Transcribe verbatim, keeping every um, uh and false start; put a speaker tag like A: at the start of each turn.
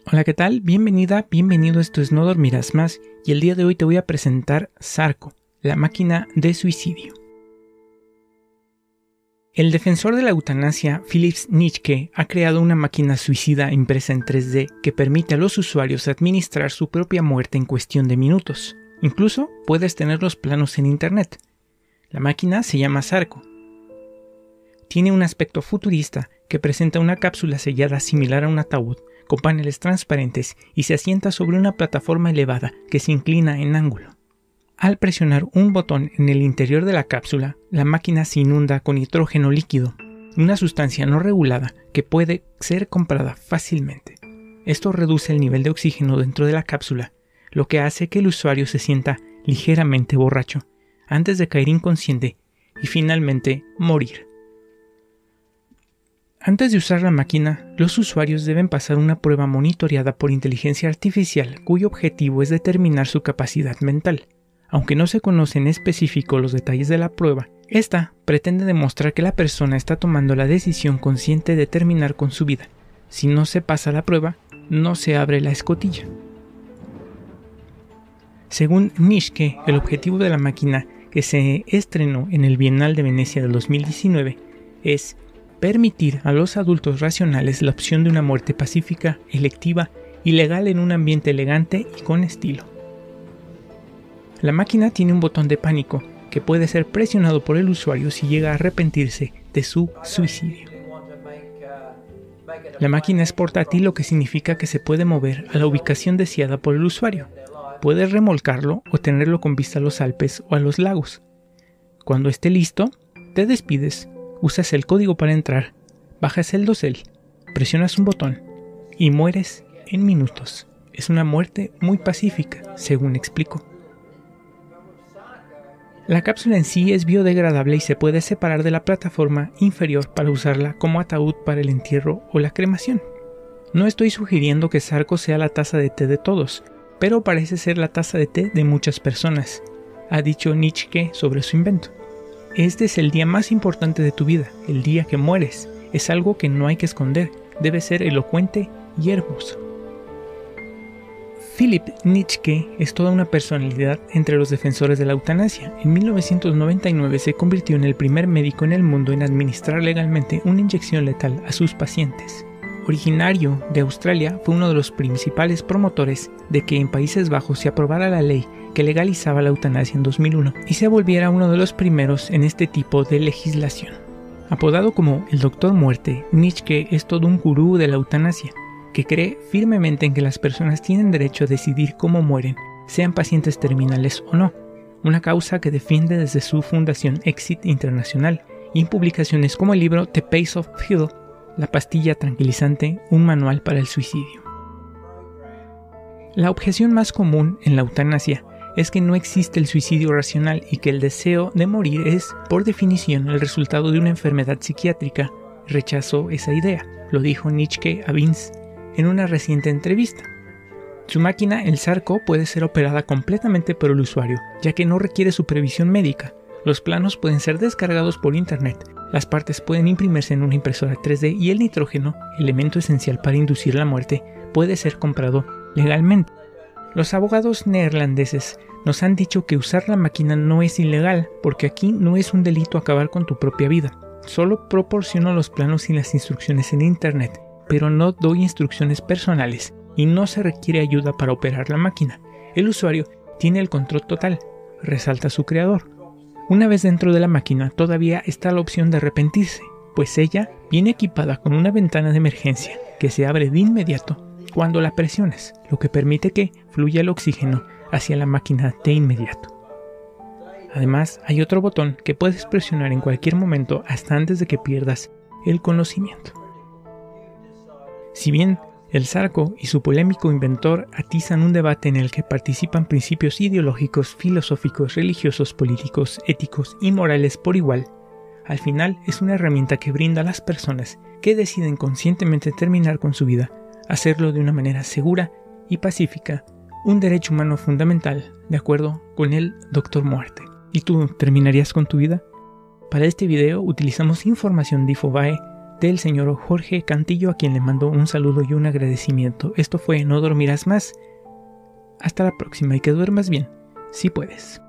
A: Hola, ¿qué tal? Bienvenida, bienvenido, esto es No Dormirás Más y el día de hoy te voy a presentar Sarco, la máquina de suicidio. El defensor de la eutanasia, Philip Nitschke, ha creado una máquina suicida impresa en tres D que permite a los usuarios administrar su propia muerte en cuestión de minutos. Incluso puedes tener los planos en internet. La máquina se llama Sarco. Tiene un aspecto futurista que presenta una cápsula sellada similar a un ataúd, con paneles transparentes y se asienta sobre una plataforma elevada que se inclina en ángulo. Al presionar un botón en el interior de la cápsula, la máquina se inunda con nitrógeno líquido, una sustancia no regulada que puede ser comprada fácilmente. Esto reduce el nivel de oxígeno dentro de la cápsula, lo que hace que el usuario se sienta ligeramente borracho, antes de caer inconsciente y finalmente morir. Antes de usar la máquina, los usuarios deben pasar una prueba monitoreada por inteligencia artificial cuyo objetivo es determinar su capacidad mental. Aunque no se conocen en específico los detalles de la prueba, esta pretende demostrar que la persona está tomando la decisión consciente de terminar con su vida. Si no se pasa la prueba, no se abre la escotilla. Según Nitschke, el objetivo de la máquina, que se estrenó en el Bienal de Venecia del dos mil diecinueve, es permitir a los adultos racionales la opción de una muerte pacífica, electiva y legal en un ambiente elegante y con estilo. La máquina tiene un botón de pánico que puede ser presionado por el usuario si llega a arrepentirse de su suicidio. La máquina es portátil, lo que significa que se puede mover a la ubicación deseada por el usuario. Puedes remolcarlo o tenerlo con vista a los Alpes o a los lagos. Cuando esté listo, te despides. Usas el código para entrar, bajas el dosel, presionas un botón y mueres en minutos. Es una muerte muy pacífica, según explicó. La cápsula en sí es biodegradable y se puede separar de la plataforma inferior para usarla como ataúd para el entierro o la cremación. No estoy sugiriendo que Sarco sea la taza de té de todos, pero parece ser la taza de té de muchas personas, ha dicho Nitschke sobre su invento. Este es el día más importante de tu vida, el día que mueres. Es algo que no hay que esconder, debe ser elocuente y hermoso. Philip Nitschke es toda una personalidad entre los defensores de la eutanasia. En mil novecientos noventa y nueve se convirtió en el primer médico en el mundo en administrar legalmente una inyección letal a sus pacientes. Originario de Australia, fue uno de los principales promotores de que en Países Bajos se aprobara la ley que legalizaba la eutanasia en dos mil uno y se volviera uno de los primeros en este tipo de legislación. Apodado como el Doctor Muerte, Nitschke es todo un gurú de la eutanasia, que cree firmemente en que las personas tienen derecho a decidir cómo mueren, sean pacientes terminales o no, una causa que defiende desde su fundación Exit Internacional y en publicaciones como el libro The Pace of Pill, la pastilla tranquilizante, un manual para el suicidio. La objeción más común en la eutanasia es que no existe el suicidio racional y que el deseo de morir es, por definición, el resultado de una enfermedad psiquiátrica. Rechazó esa idea, lo dijo Nitschke a Vince en una reciente entrevista. Su máquina, el Sarco, puede ser operada completamente por el usuario, ya que no requiere supervisión médica. Los planos pueden ser descargados por internet, las partes pueden imprimirse en una impresora tres D y el nitrógeno, elemento esencial para inducir la muerte, puede ser comprado legalmente. Los abogados neerlandeses nos han dicho que usar la máquina no es ilegal, porque aquí no es un delito acabar con tu propia vida. Solo proporciono los planos y las instrucciones en internet, pero no doy instrucciones personales y no se requiere ayuda para operar la máquina. El usuario tiene el control total, resalta su creador. Una vez dentro de la máquina todavía está la opción de arrepentirse, pues ella viene equipada con una ventana de emergencia que se abre de inmediato cuando la presiones, lo que permite que fluya el oxígeno hacia la máquina de inmediato. Además, hay otro botón que puedes presionar en cualquier momento hasta antes de que pierdas el conocimiento. Si bien el Sarco y su polémico inventor atizan un debate en el que participan principios ideológicos, filosóficos, religiosos, políticos, éticos y morales por igual, al final es una herramienta que brinda a las personas que deciden conscientemente terminar con su vida, hacerlo de una manera segura y pacífica, un derecho humano fundamental, de acuerdo con el Doctor Muerte. ¿Y tú terminarías con tu vida? Para este video utilizamos información de Infobae, del señor Jorge Cantillo, a quien le mando un saludo y un agradecimiento. Esto fue No Dormirás Más. Hasta la próxima y que duermas bien, si puedes.